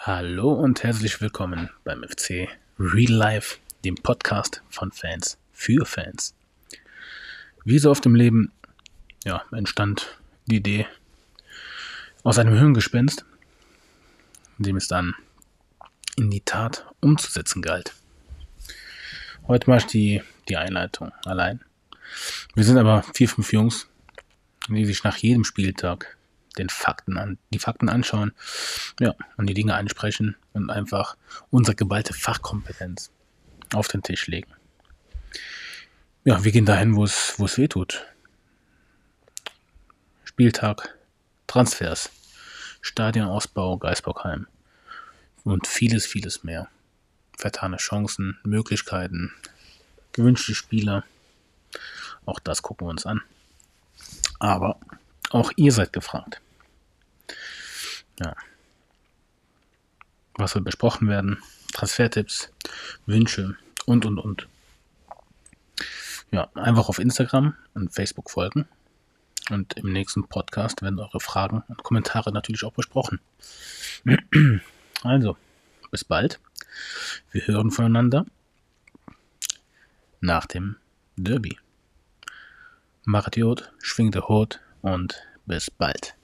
Hallo und herzlich willkommen beim FC Real Life, dem Podcast von Fans für Fans. Wie so oft im Leben, entstand die Idee aus einem Hirngespinst, dem es dann in die Tat umzusetzen galt. Heute mache ich die Einleitung allein. Wir sind aber 4, 5 Jungs, die sich nach jedem Spieltag die Fakten anschauen, und die Dinge ansprechen und einfach unsere geballte Fachkompetenz auf den Tisch legen. Ja, wir gehen dahin, wo es weh tut. Spieltag, Transfers, Stadionausbau, Geisbockheim und vieles, vieles mehr. Vertane Chancen, Möglichkeiten, gewünschte Spieler, auch das gucken wir uns an. Aber auch ihr seid gefragt. Ja. Was soll besprochen werden? Transfertipps, Wünsche und. Ja, einfach auf Instagram und Facebook folgen. Und im nächsten Podcast werden eure Fragen und Kommentare natürlich auch besprochen. Also, bis bald. Wir hören voneinander nach dem Derby. Macht Jod, schwingt der Hut und bis bald.